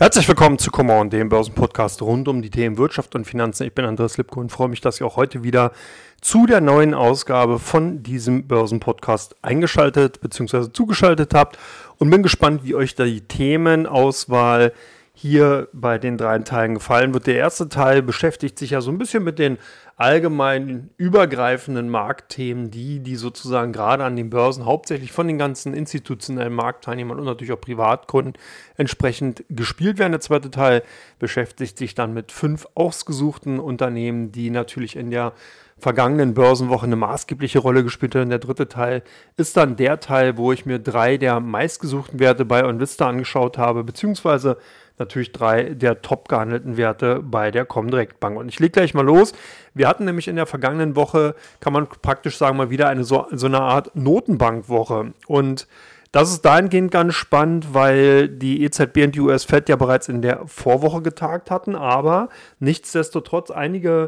Herzlich willkommen zu Come On, dem Börsenpodcast rund um die Themen Wirtschaft und Finanzen. Ich bin Andreas Lipko und freue mich, dass ihr auch heute wieder zu der neuen Ausgabe von diesem Börsenpodcast eingeschaltet bzw. zugeschaltet habt und bin gespannt, wie euch da die Themenauswahl hier bei den 3 Teilen gefallen wird. Der erste Teil beschäftigt sich ja so ein bisschen mit den allgemeinen übergreifenden Marktthemen, die sozusagen gerade an den Börsen hauptsächlich von den ganzen institutionellen Marktteilnehmern und natürlich auch Privatkunden entsprechend gespielt werden. Der zweite Teil beschäftigt sich dann mit 5 ausgesuchten Unternehmen, die natürlich in der vergangenen Börsenwoche eine maßgebliche Rolle gespielt haben. Der dritte Teil ist dann der Teil, wo ich mir 3 der meistgesuchten Werte bei OnVista angeschaut habe, beziehungsweise natürlich 3 der top gehandelten Werte bei der Comdirect Bank. Und ich lege gleich mal los. Wir hatten nämlich in der vergangenen Woche, kann man praktisch sagen, mal wieder so eine Art Notenbankwoche. Und das ist dahingehend ganz spannend, weil die EZB und die US-Fed ja bereits in der Vorwoche getagt hatten, aber nichtsdestotrotz einige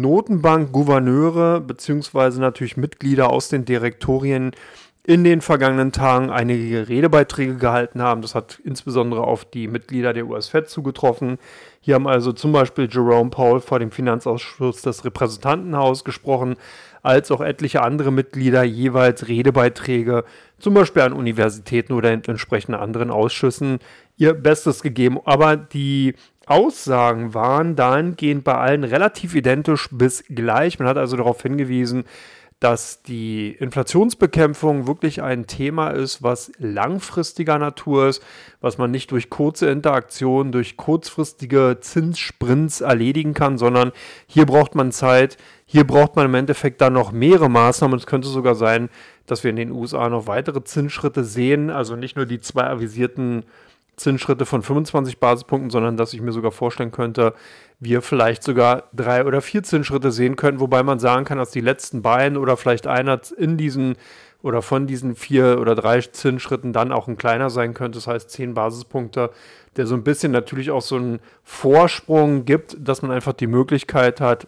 Notenbank-Gouverneure beziehungsweise natürlich Mitglieder aus den Direktorien in den vergangenen Tagen einige Redebeiträge gehalten haben. Das hat insbesondere auf die Mitglieder der US-Fed zugetroffen. Hier haben also zum Beispiel Jerome Powell vor dem Finanzausschuss des Repräsentantenhauses gesprochen, als auch etliche andere Mitglieder jeweils Redebeiträge, zum Beispiel an Universitäten oder in entsprechenden anderen Ausschüssen, ihr Bestes gegeben. Aber die Aussagen waren dahingehend bei allen relativ identisch bis gleich. Man hat also darauf hingewiesen, dass die Inflationsbekämpfung wirklich ein Thema ist, was langfristiger Natur ist, was man nicht durch kurze Interaktionen, durch kurzfristige Zinssprints erledigen kann, sondern hier braucht man Zeit, hier braucht man im Endeffekt dann noch mehrere Maßnahmen. Es könnte sogar sein, dass wir in den USA noch weitere Zinsschritte sehen, also nicht nur die 2 avisierten Zinsschritte von 25 Basispunkten, sondern dass ich mir sogar vorstellen könnte, wir vielleicht sogar 3 oder 4 Zinsschritte sehen können, wobei man sagen kann, dass die letzten beiden oder vielleicht einer in diesen oder von diesen 4 oder 3 Zinsschritten dann auch ein kleiner sein könnte, das heißt 10 Basispunkte, der so ein bisschen natürlich auch so einen Vorsprung gibt, dass man einfach die Möglichkeit hat,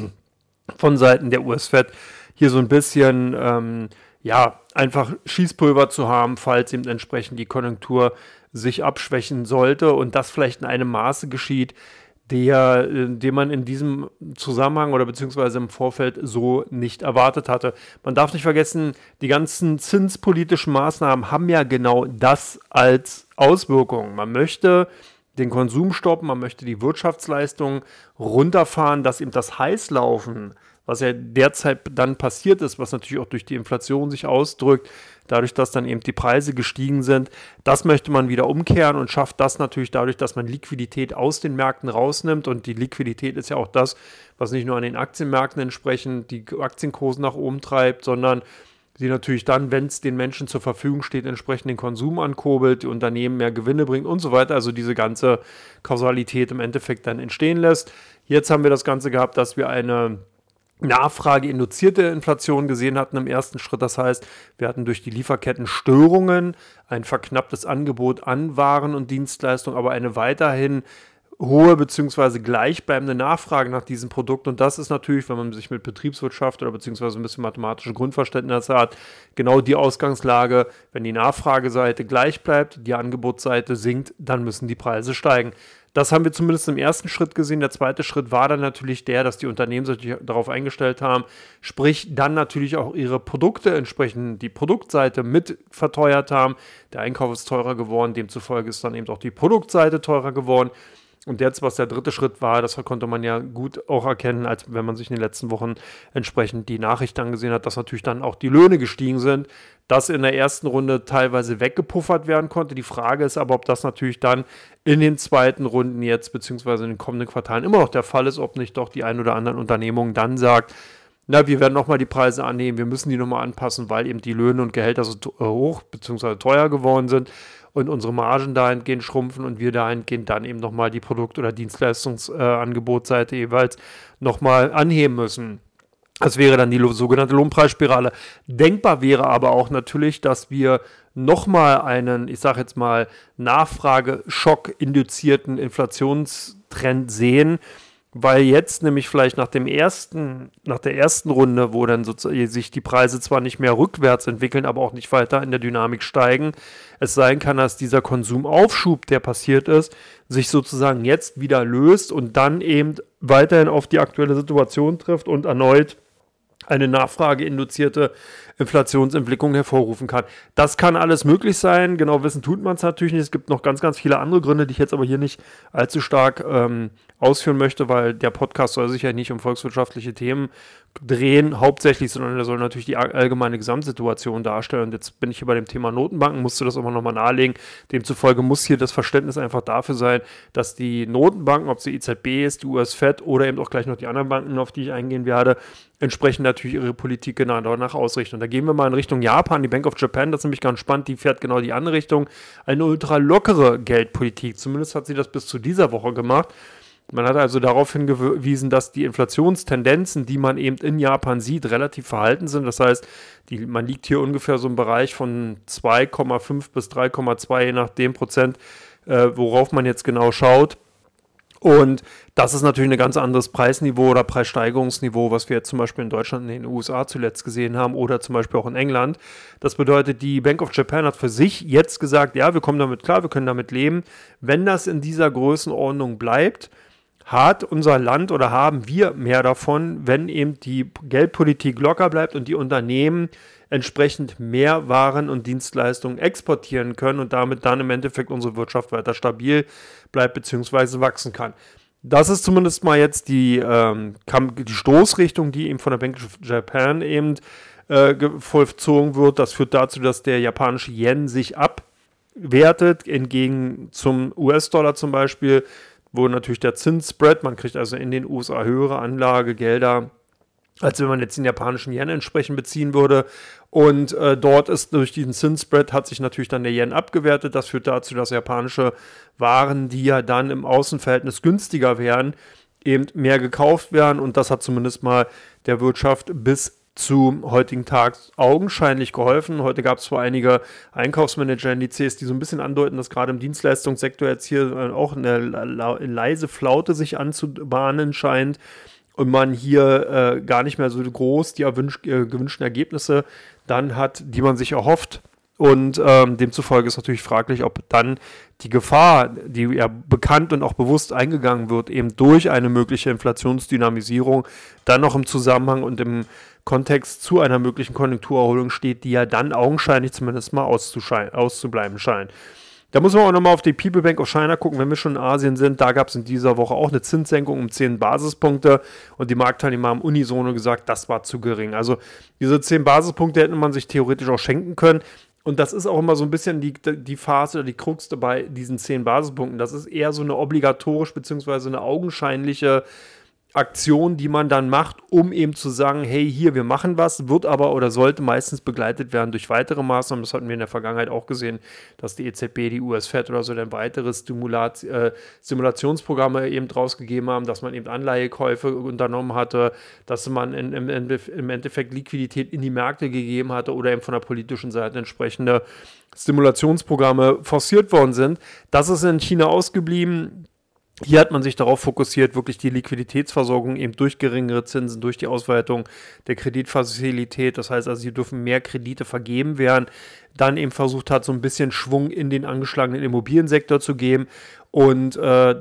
von Seiten der US-Fed hier so ein bisschen einfach Schießpulver zu haben, falls eben entsprechend die Konjunktur sich abschwächen sollte und das vielleicht in einem Maße geschieht, den man in diesem Zusammenhang oder beziehungsweise im Vorfeld so nicht erwartet hatte. Man darf nicht vergessen, die ganzen zinspolitischen Maßnahmen haben ja genau das als Auswirkung. Man möchte den Konsum stoppen, man möchte die Wirtschaftsleistung runterfahren, dass eben das Heißlaufen, was ja derzeit dann passiert ist, was natürlich auch durch die Inflation sich ausdrückt, dadurch, dass dann eben die Preise gestiegen sind, das möchte man wieder umkehren und schafft das natürlich dadurch, dass man Liquidität aus den Märkten rausnimmt und die Liquidität ist ja auch das, was nicht nur an den Aktienmärkten entsprechend die Aktienkurse nach oben treibt, sondern die natürlich dann, wenn es den Menschen zur Verfügung steht, entsprechend den Konsum ankurbelt, die Unternehmen mehr Gewinne bringt und so weiter, also diese ganze Kausalität im Endeffekt dann entstehen lässt. Jetzt haben wir das Ganze gehabt, dass wir eine nachfrageinduzierte Inflation gesehen hatten im ersten Schritt. Das heißt, wir hatten durch die Lieferkettenstörungen ein verknapptes Angebot an Waren und Dienstleistungen, aber eine weiterhin hohe bzw. gleichbleibende Nachfrage nach diesem Produkt. Und das ist natürlich, wenn man sich mit Betriebswirtschaft oder beziehungsweise ein bisschen mathematische Grundverständnisse hat, genau die Ausgangslage. Wenn die Nachfrageseite gleich bleibt, die Angebotsseite sinkt, dann müssen die Preise steigen. Das haben wir zumindest im ersten Schritt gesehen. Der zweite Schritt war dann natürlich der, dass die Unternehmen sich darauf eingestellt haben, sprich dann natürlich auch ihre Produkte entsprechend die Produktseite mit verteuert haben. Der Einkauf ist teurer geworden, demzufolge ist dann eben auch die Produktseite teurer geworden. Und jetzt, was der dritte Schritt war, das konnte man ja gut auch erkennen, als wenn man sich in den letzten Wochen entsprechend die Nachricht angesehen hat, dass natürlich dann auch die Löhne gestiegen sind, dass in der ersten Runde teilweise weggepuffert werden konnte. Die Frage ist aber, ob das natürlich dann in den zweiten Runden jetzt, beziehungsweise in den kommenden Quartalen immer noch der Fall ist, ob nicht doch die ein oder anderen Unternehmungen dann sagt, na, wir werden nochmal die Preise annehmen, wir müssen die nochmal anpassen, weil eben die Löhne und Gehälter so hoch bzw. teuer geworden sind und unsere Margen dahingehend schrumpfen und wir dahingehend dann eben nochmal die Produkt- oder Dienstleistungsangebotsseite jeweils nochmal anheben müssen. Das wäre dann die sogenannte Lohnpreisspirale. Denkbar wäre aber auch natürlich, dass wir nochmal einen, ich sage jetzt mal, Nachfrageschock induzierten Inflationstrend sehen, weil jetzt nämlich vielleicht nach der ersten Runde, wo dann sozusagen sich die Preise zwar nicht mehr rückwärts entwickeln, aber auch nicht weiter in der Dynamik steigen, es sein kann, dass dieser Konsumaufschub, der passiert ist, sich sozusagen jetzt wieder löst und dann eben weiterhin auf die aktuelle Situation trifft und erneut eine nachfrageinduzierte Inflationsentwicklung hervorrufen kann. Das kann alles möglich sein. Genau wissen tut man es natürlich nicht. Es gibt noch ganz, ganz viele andere Gründe, die ich jetzt aber hier nicht allzu stark ausführen möchte, weil der Podcast soll sich ja nicht um volkswirtschaftliche Themen drehen, hauptsächlich, sondern er soll natürlich die allgemeine Gesamtsituation darstellen. Und jetzt bin ich hier bei dem Thema Notenbanken, musste das immer nochmal nahelegen. Demzufolge muss hier das Verständnis einfach dafür sein, dass die Notenbanken, ob es die EZB ist, die US-Fed oder eben auch gleich noch die anderen Banken, auf die ich eingehen werde, entsprechend natürlich ihre Politik genau danach ausrichten. Und da gehen wir mal in Richtung Japan, die Bank of Japan, das ist nämlich ganz spannend, die fährt genau die andere Richtung, eine ultra lockere Geldpolitik. Zumindest hat sie das bis zu dieser Woche gemacht. Man hat also darauf hingewiesen, dass die Inflationstendenzen, die man eben in Japan sieht, relativ verhalten sind. Das heißt, man liegt hier ungefähr so im Bereich von 2,5 bis 3,2, je nachdem Prozent, worauf man jetzt genau schaut. Und das ist natürlich ein ganz anderes Preisniveau oder Preissteigerungsniveau, was wir jetzt zum Beispiel in Deutschland und in den USA zuletzt gesehen haben oder zum Beispiel auch in England. Das bedeutet, die Bank of Japan hat für sich jetzt gesagt, ja, wir kommen damit klar, wir können damit leben. Wenn das in dieser Größenordnung bleibt, hat unser Land oder haben wir mehr davon, wenn eben die Geldpolitik locker bleibt und die Unternehmen entsprechend mehr Waren und Dienstleistungen exportieren können und damit dann im Endeffekt unsere Wirtschaft weiter stabil bleibt bzw. wachsen kann. Das ist zumindest mal jetzt die Stoßrichtung, die eben von der Bank of Japan eben vollzogen wird. Das führt dazu, dass der japanische Yen sich abwertet, entgegen zum US-Dollar zum Beispiel, wo natürlich der Zinsspread, man kriegt also in den USA höhere Anlagegelder, als wenn man jetzt den japanischen Yen entsprechend beziehen würde. Und dort ist durch diesen Zinsspread hat sich natürlich dann der Yen abgewertet. Das führt dazu, dass japanische Waren, die ja dann im Außenverhältnis günstiger wären, eben mehr gekauft werden. Und das hat zumindest mal der Wirtschaft bis zum heutigen Tag augenscheinlich geholfen. Heute gab es zwar einige Einkaufsmanager-Indizes, die so ein bisschen andeuten, dass gerade im Dienstleistungssektor jetzt hier auch eine leise Flaute sich anzubahnen scheint und man hier gar nicht mehr so groß die gewünschten Ergebnisse dann hat, die man sich erhofft. Und demzufolge ist natürlich fraglich, ob dann die Gefahr, die ja bekannt und auch bewusst eingegangen wird, eben durch eine mögliche Inflationsdynamisierung, dann noch im Zusammenhang und im Kontext zu einer möglichen Konjunkturerholung steht, die ja dann augenscheinlich zumindest mal auszubleiben scheint. Da muss man auch nochmal auf die People Bank of China gucken, wenn wir schon in Asien sind. Da gab es in dieser Woche auch eine Zinssenkung um 10 Basispunkte und die Marktteilnehmer haben unisono gesagt, das war zu gering. Also diese 10 Basispunkte hätte man sich theoretisch auch schenken können. Und das ist auch immer so ein bisschen die Phase oder die Krux bei diesen 10 Basispunkten. Das ist eher so eine obligatorisch bzw. eine augenscheinliche Aktion, die man dann macht, um eben zu sagen, hey, hier, wir machen was, wird aber oder sollte meistens begleitet werden durch weitere Maßnahmen. Das hatten wir in der Vergangenheit auch gesehen, dass die EZB, die US-Fed oder so dann weitere Stimulationsprogramme eben rausgegeben haben, dass man eben Anleihekäufe unternommen hatte, dass man im Endeffekt Liquidität in die Märkte gegeben hatte oder eben von der politischen Seite entsprechende Stimulationsprogramme forciert worden sind. Das ist in China ausgeblieben. Hier hat man sich darauf fokussiert, wirklich die Liquiditätsversorgung eben durch geringere Zinsen, durch die Ausweitung der Kreditfazilität, das heißt also, hier dürfen mehr Kredite vergeben werden, dann eben versucht hat, so ein bisschen Schwung in den angeschlagenen Immobiliensektor zu geben und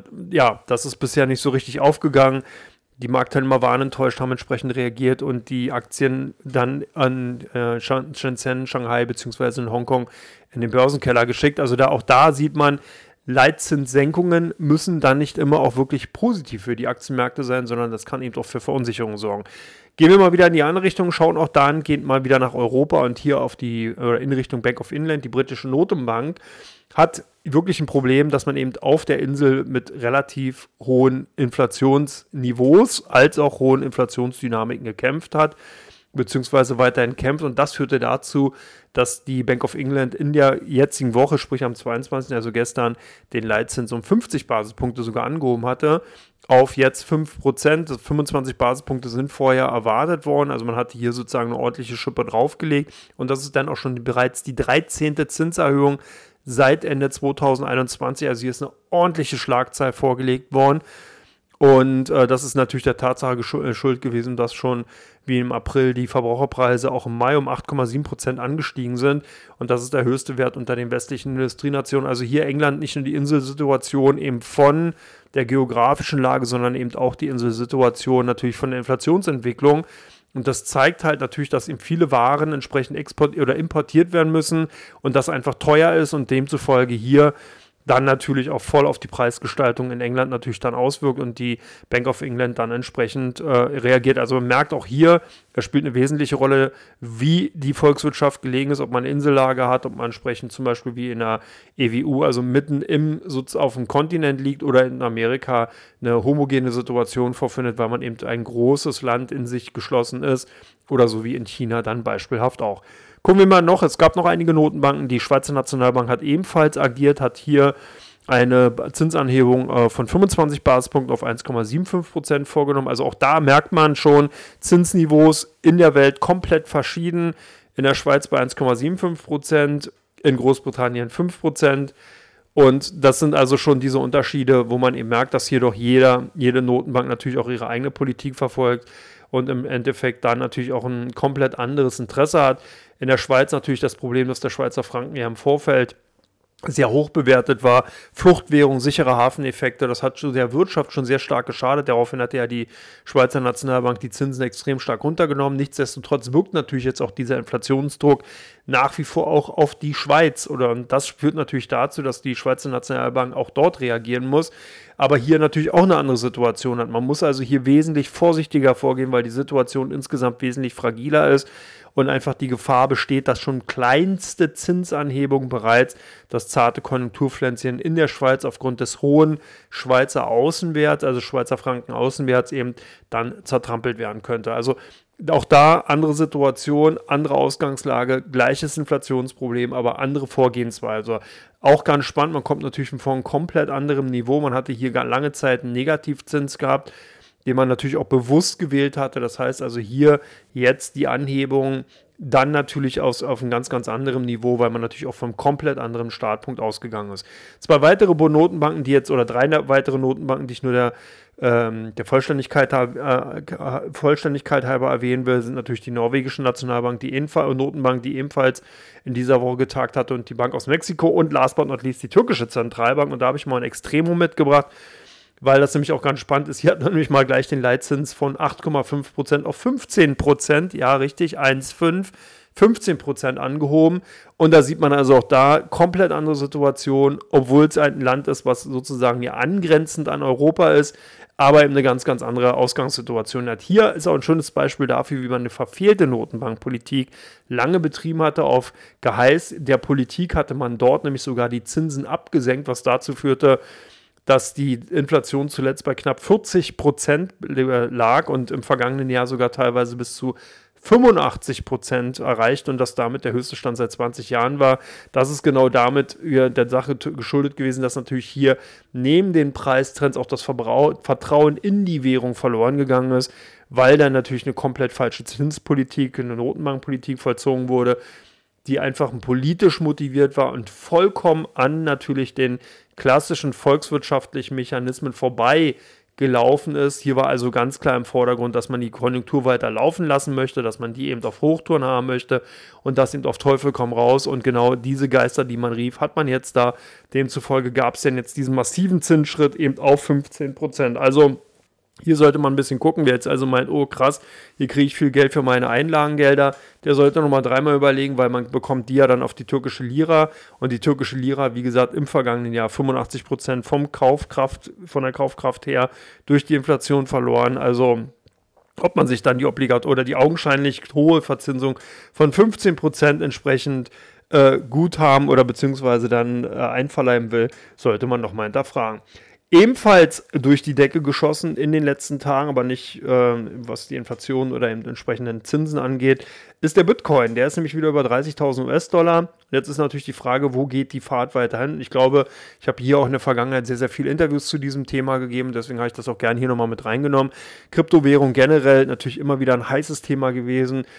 das ist bisher nicht so richtig aufgegangen. Die Marktteilnehmer waren enttäuscht, haben entsprechend reagiert und die Aktien dann an Shenzhen, Shanghai bzw. in Hongkong in den Börsenkeller geschickt. Also auch da sieht man, Leitzinssenkungen müssen dann nicht immer auch wirklich positiv für die Aktienmärkte sein, sondern das kann eben auch für Verunsicherung sorgen. Gehen wir mal wieder in die andere Richtung, schauen auch dahingehend mal wieder nach Europa und hier in Richtung Bank of England, die britische Notenbank, hat wirklich ein Problem, dass man eben auf der Insel mit relativ hohen Inflationsniveaus als auch hohen Inflationsdynamiken gekämpft hat, beziehungsweise weiterhin kämpft. Und das führte dazu, dass die Bank of England in der jetzigen Woche, sprich am 22., also gestern, den Leitzins um 50 Basispunkte sogar angehoben hatte, auf jetzt 5%. 25 Basispunkte sind vorher erwartet worden. Also man hatte hier sozusagen eine ordentliche Schippe draufgelegt. Und das ist dann auch schon bereits die 13. Zinserhöhung seit Ende 2021. Also hier ist eine ordentliche Schlagzahl vorgelegt worden. Und das ist natürlich der Tatsache schuld gewesen, dass schon wie im April die Verbraucherpreise auch im Mai um 8,7% angestiegen sind. Und das ist der höchste Wert unter den westlichen Industrienationen. Also hier England nicht nur die Inselsituation eben von der geografischen Lage, sondern eben auch die Inselsituation natürlich von der Inflationsentwicklung. Und das zeigt halt natürlich, dass eben viele Waren entsprechend importiert werden müssen und das einfach teuer ist und demzufolge hier dann natürlich auch voll auf die Preisgestaltung in England natürlich dann auswirkt und die Bank of England dann entsprechend reagiert. Also man merkt auch hier, das spielt eine wesentliche Rolle, wie die Volkswirtschaft gelegen ist, ob man Insellage hat, ob man entsprechend zum Beispiel wie in der EWU, also mitten auf dem Kontinent liegt oder in Amerika eine homogene Situation vorfindet, weil man eben ein großes Land in sich geschlossen ist oder so wie in China dann beispielhaft auch. Gucken wir mal noch, es gab noch einige Notenbanken, die Schweizer Nationalbank hat ebenfalls agiert, hat hier eine Zinsanhebung von 25 Basispunkten auf 1,75% vorgenommen. Also auch da merkt man schon, Zinsniveaus in der Welt komplett verschieden. In der Schweiz bei 1,75%, in Großbritannien 5%. Und das sind also schon diese Unterschiede, wo man eben merkt, dass hier doch jede Notenbank natürlich auch ihre eigene Politik verfolgt und im Endeffekt dann natürlich auch ein komplett anderes Interesse hat. In der Schweiz natürlich das Problem, dass der Schweizer Franken ja im Vorfeld sehr hoch bewertet war. Fluchtwährung, sichere Hafeneffekte, das hat schon der Wirtschaft schon sehr stark geschadet. Daraufhin hat ja die Schweizer Nationalbank die Zinsen extrem stark runtergenommen. Nichtsdestotrotz wirkt natürlich jetzt auch dieser Inflationsdruck nach wie vor auch auf die Schweiz. Und das führt natürlich dazu, dass die Schweizer Nationalbank auch dort reagieren muss. Aber hier natürlich auch eine andere Situation hat. Man muss also hier wesentlich vorsichtiger vorgehen, weil die Situation insgesamt wesentlich fragiler ist. Und einfach die Gefahr besteht, dass schon kleinste Zinsanhebungen bereits das zarte Konjunkturpflänzchen in der Schweiz aufgrund des hohen Schweizer Außenwerts, also Schweizer Franken Außenwerts eben dann zertrampelt werden könnte. Also auch da andere Situation, andere Ausgangslage, gleiches Inflationsproblem, aber andere Vorgehensweise. Auch ganz spannend, man kommt natürlich von einem komplett anderen Niveau. Man hatte hier lange Zeit einen Negativzins gehabt, den man natürlich auch bewusst gewählt hatte. Das heißt also hier jetzt die Anhebung dann natürlich auf einem ganz, ganz anderem Niveau, weil man natürlich auch vom komplett anderen Startpunkt ausgegangen ist. Drei weitere Notenbanken, die ich nur der Vollständigkeit halber erwähnen will, sind natürlich die norwegische Nationalbank, die Notenbank, die ebenfalls in dieser Woche getagt hatte, und die Bank aus Mexiko und last but not least die türkische Zentralbank. Und da habe ich mal ein Extremum mitgebracht, weil das nämlich auch ganz spannend ist. Hier hat man nämlich mal gleich den Leitzins von 8,5% auf 15%, ja richtig, 1,5, 15% angehoben. Und da sieht man also auch da komplett andere Situation, obwohl es ein Land ist, was sozusagen ja angrenzend an Europa ist, aber eben eine ganz, ganz andere Ausgangssituation hat. Hier ist auch ein schönes Beispiel dafür, wie man eine verfehlte Notenbankpolitik lange betrieben hatte. Auf Geheiß der Politik hatte man dort nämlich sogar die Zinsen abgesenkt, was dazu führte, dass die Inflation zuletzt bei knapp 40% lag und im vergangenen Jahr sogar teilweise bis zu 85% erreicht und das damit der höchste Stand seit 20 Jahren war. Das ist genau damit der Sache geschuldet gewesen, dass natürlich hier neben den Preistrends auch das Vertrauen in die Währung verloren gegangen ist, weil dann natürlich eine komplett falsche Zinspolitik, eine Notenbankpolitik vollzogen wurde, die einfach politisch motiviert war und vollkommen an natürlich den klassischen volkswirtschaftlichen Mechanismen vorbei gelaufen ist. Hier war also ganz klar im Vordergrund, dass man die Konjunktur weiter laufen lassen möchte, dass man die eben auf Hochtouren haben möchte und das eben auf Teufel komm raus. Und genau diese Geister, die man rief, hat man jetzt da. Demzufolge gab es denn jetzt diesen massiven Zinsschritt eben auf 15%. Also hier sollte man ein bisschen gucken, wer jetzt also meint, oh krass, hier kriege ich viel Geld für meine Einlagengelder, der sollte nochmal dreimal überlegen, weil man bekommt die ja dann auf die türkische Lira, und die türkische Lira, wie gesagt, im vergangenen Jahr 85% von der Kaufkraft her durch die Inflation verloren. Also ob man sich dann die die augenscheinlich hohe Verzinsung von 15% entsprechend Guthaben oder beziehungsweise dann einverleiben will, sollte man nochmal hinterfragen. Ebenfalls durch die Decke geschossen in den letzten Tagen, aber nicht was die Inflation oder eben entsprechenden Zinsen angeht, ist der Bitcoin. Der ist nämlich wieder über 30.000 US-Dollar. Jetzt ist natürlich die Frage, wo geht die Fahrt weiterhin? Ich glaube, ich habe hier auch in der Vergangenheit sehr, sehr viele Interviews zu diesem Thema gegeben, deswegen habe ich das auch gerne hier nochmal mit reingenommen. Kryptowährung generell natürlich immer wieder ein heißes Thema gewesen.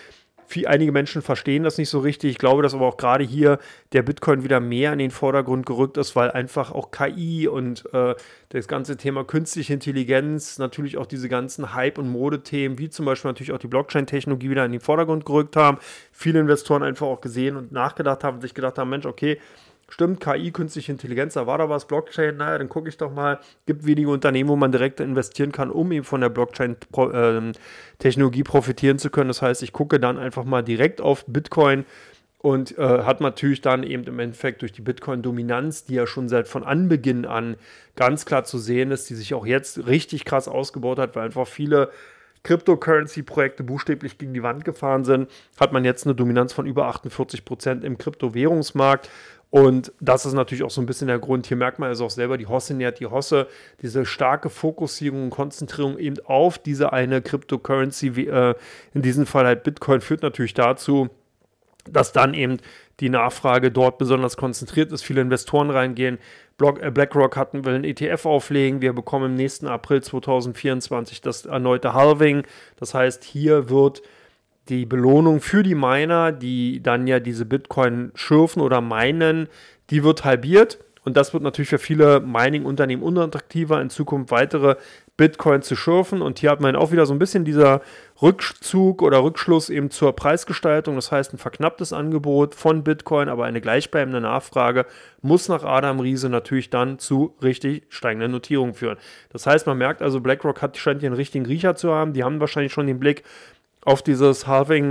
Einige Menschen verstehen das nicht so richtig. Ich glaube, dass aber auch gerade hier der Bitcoin wieder mehr in den Vordergrund gerückt ist, weil einfach auch KI und das ganze Thema künstliche Intelligenz, natürlich auch diese ganzen Hype- und Modethemen, wie zum Beispiel natürlich auch die Blockchain-Technologie wieder in den Vordergrund gerückt haben. Viele Investoren einfach auch gesehen und nachgedacht haben, sich gedacht haben, Mensch, okay, stimmt, KI, künstliche Intelligenz, da war da was, Blockchain, naja, dann gucke ich doch mal, gibt wenige Unternehmen, wo man direkt investieren kann, um eben von der Blockchain-Technologie profitieren zu können. Das heißt, ich gucke dann einfach mal direkt auf Bitcoin und hat natürlich dann eben im Endeffekt durch die Bitcoin-Dominanz, die ja schon seit von Anbeginn an ganz klar zu sehen ist, die sich auch jetzt richtig krass ausgebaut hat, weil einfach viele Cryptocurrency-Projekte buchstäblich gegen die Wand gefahren sind, hat man jetzt eine Dominanz von über 48% im Kryptowährungsmarkt. Und das ist natürlich auch so ein bisschen der Grund. Hier merkt man also auch selber, die Hosse nährt die Hosse. Diese starke Fokussierung und Konzentrierung eben auf diese eine Cryptocurrency, in diesem Fall halt Bitcoin, führt natürlich dazu, dass dann eben die Nachfrage dort besonders konzentriert ist. Viele Investoren reingehen. BlackRock will einen ETF auflegen. Wir bekommen im nächsten April 2024 das erneute Halving. Das heißt, hier wird die Belohnung für die Miner, die dann ja diese Bitcoin schürfen oder minen, die wird halbiert. Und das wird natürlich für viele Mining-Unternehmen unattraktiver, in Zukunft weitere Bitcoin zu schürfen. Und hier hat man auch wieder so ein bisschen dieser Rückzug oder Rückschluss eben zur Preisgestaltung. Das heißt, ein verknapptes Angebot von Bitcoin, aber eine gleichbleibende Nachfrage muss nach Adam Riese natürlich dann zu richtig steigenden Notierungen führen. Das heißt, man merkt also, BlackRock scheint hier einen richtigen Riecher zu haben. Die haben wahrscheinlich schon den Blick auf dieses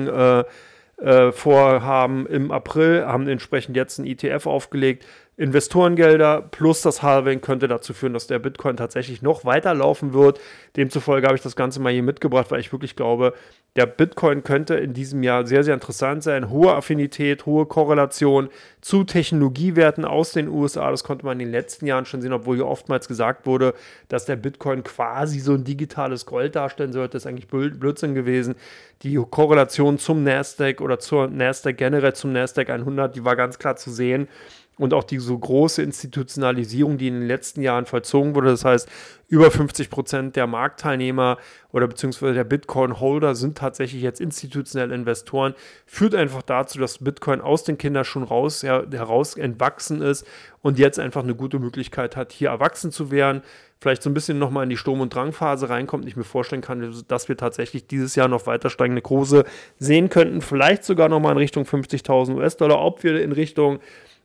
Halving-Vorhaben im April, haben entsprechend jetzt ein ETF aufgelegt. Investorengelder plus das Halving könnte dazu führen, dass der Bitcoin tatsächlich noch weiterlaufen wird. Demzufolge habe ich das Ganze mal hier mitgebracht, weil ich wirklich glaube, der Bitcoin könnte in diesem Jahr sehr, sehr interessant sein. Hohe Affinität, hohe Korrelation zu Technologiewerten aus den USA. Das konnte man in den letzten Jahren schon sehen, obwohl hier oftmals gesagt wurde, dass der Bitcoin quasi so ein digitales Gold darstellen sollte. Das ist eigentlich Blödsinn gewesen. Die Korrelation zum Nasdaq oder zur Nasdaq generell, zum Nasdaq 100, die war ganz klar zu sehen. Und auch die so große Institutionalisierung, die in den letzten Jahren vollzogen wurde, das heißt, über 50% der Marktteilnehmer oder beziehungsweise der Bitcoin-Holder sind tatsächlich jetzt institutionelle Investoren, führt einfach dazu, dass Bitcoin aus den Kinderschuhen heraus entwachsen ist und jetzt einfach eine gute Möglichkeit hat, hier erwachsen zu werden, vielleicht so ein bisschen nochmal in die Sturm- und Drangphase reinkommt. Ich mir vorstellen kann, dass wir tatsächlich dieses Jahr noch weiter steigende Kurse sehen könnten, vielleicht sogar nochmal in Richtung 50.000 US-Dollar, ob wir in Richtung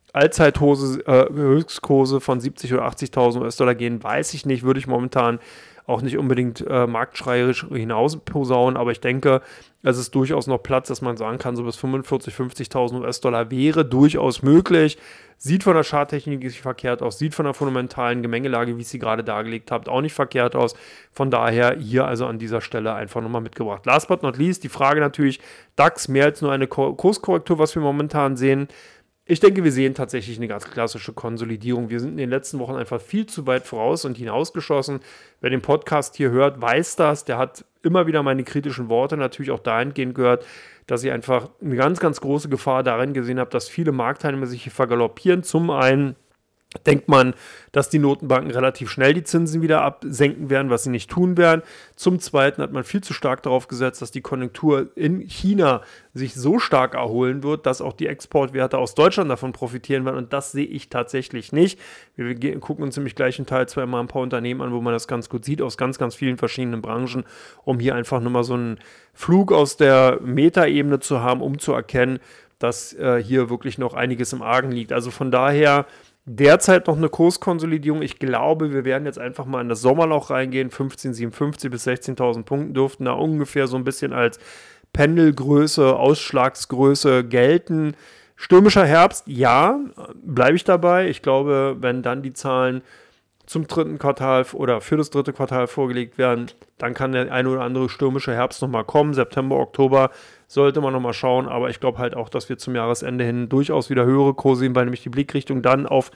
Höchstkurse von 70.000 oder 80.000 US-Dollar gehen, weiß ich nicht, würde ich momentan auch nicht unbedingt marktschreierisch hinaus posaunen, aber ich denke, es ist durchaus noch Platz, dass man sagen kann, so bis 45.000, 50.000 US-Dollar wäre durchaus möglich. Sieht von der Charttechnik nicht verkehrt aus, sieht von der fundamentalen Gemengelage, wie ich sie gerade dargelegt habe, auch nicht verkehrt aus. Von daher hier also an dieser Stelle einfach nochmal mitgebracht. Last but not least, die Frage natürlich, DAX mehr als nur eine Kurskorrektur, was wir momentan sehen. Ich denke, wir sehen tatsächlich eine ganz klassische Konsolidierung. Wir sind in den letzten Wochen einfach viel zu weit voraus und hinausgeschossen. Wer den Podcast hier hört, weiß das. Der hat immer wieder meine kritischen Worte natürlich auch dahingehend gehört, dass ich einfach eine ganz, ganz große Gefahr darin gesehen habe, dass viele Marktteilnehmer sich hier vergaloppieren. Zum einen denkt man, dass die Notenbanken relativ schnell die Zinsen wieder absenken werden, was sie nicht tun werden. Zum Zweiten hat man viel zu stark darauf gesetzt, dass die Konjunktur in China sich so stark erholen wird, dass auch die Exportwerte aus Deutschland davon profitieren werden. Und das sehe ich tatsächlich nicht. Wir gucken uns nämlich gleich in Teil 2 mal ein paar Unternehmen an, wo man das ganz gut sieht, aus ganz, ganz vielen verschiedenen Branchen, um hier einfach nur mal so einen Flug aus der Metaebene zu haben, um zu erkennen, dass hier wirklich noch einiges im Argen liegt. Also von daher derzeit noch eine Kurskonsolidierung. Ich glaube, wir werden jetzt einfach mal in das Sommerloch reingehen. 15.57 bis 16.000 Punkten dürften da ungefähr so ein bisschen als Pendelgröße, Ausschlagsgröße gelten. Stürmischer Herbst, ja, bleibe ich dabei. Ich glaube, wenn dann die Zahlen zum dritten Quartal oder für das dritte Quartal vorgelegt werden, dann kann der eine oder andere stürmische Herbst nochmal kommen. September, Oktober sollte man nochmal schauen, aber ich glaube halt auch, dass wir zum Jahresende hin durchaus wieder höhere Kurse sehen, weil nämlich die Blickrichtung dann auf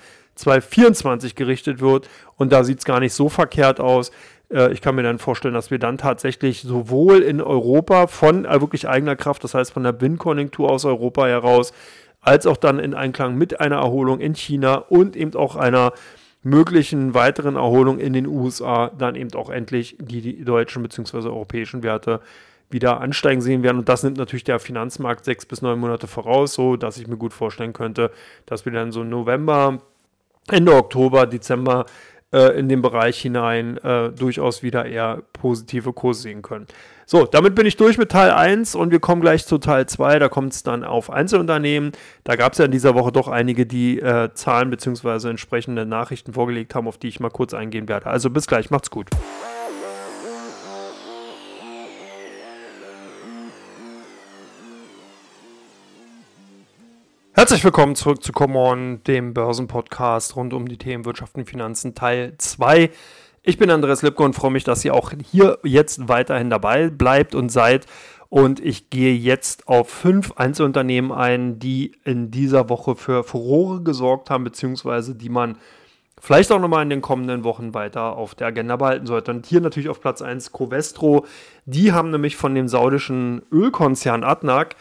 2024 gerichtet wird und da sieht es gar nicht so verkehrt aus. Ich kann mir dann vorstellen, dass wir dann tatsächlich sowohl in Europa von wirklich eigener Kraft, das heißt von der Binnenkonjunktur aus Europa heraus, als auch dann in Einklang mit einer Erholung in China und eben auch einer möglichen weiteren Erholung in den USA dann eben auch endlich die deutschen bzw. europäischen Werte wieder ansteigen sehen werden. Und das nimmt natürlich der Finanzmarkt 6 bis 9 Monate voraus, so dass ich mir gut vorstellen könnte, dass wir dann so November, Ende Oktober, Dezember in den Bereich hinein durchaus wieder eher positive Kurse sehen können. So, damit bin ich durch mit Teil 1 und wir kommen gleich zu Teil 2. Da kommt es dann auf Einzelunternehmen. Da gab es ja in dieser Woche doch einige, die Zahlen bzw. entsprechende Nachrichten vorgelegt haben, auf die ich mal kurz eingehen werde. Also bis gleich, macht's gut. Herzlich willkommen zurück zu Come On, dem Börsenpodcast rund um die Themen Wirtschaft und Finanzen Teil 2. Ich bin Andreas Lipko und freue mich, dass ihr auch hier jetzt weiterhin dabei bleibt und seid. Und ich gehe jetzt auf 5 Einzelunternehmen ein, die in dieser Woche für Furore gesorgt haben, beziehungsweise die man vielleicht auch nochmal in den kommenden Wochen weiter auf der Agenda behalten sollte. Und hier natürlich auf Platz 1 Covestro. Die haben nämlich von dem saudischen Ölkonzern ADNOC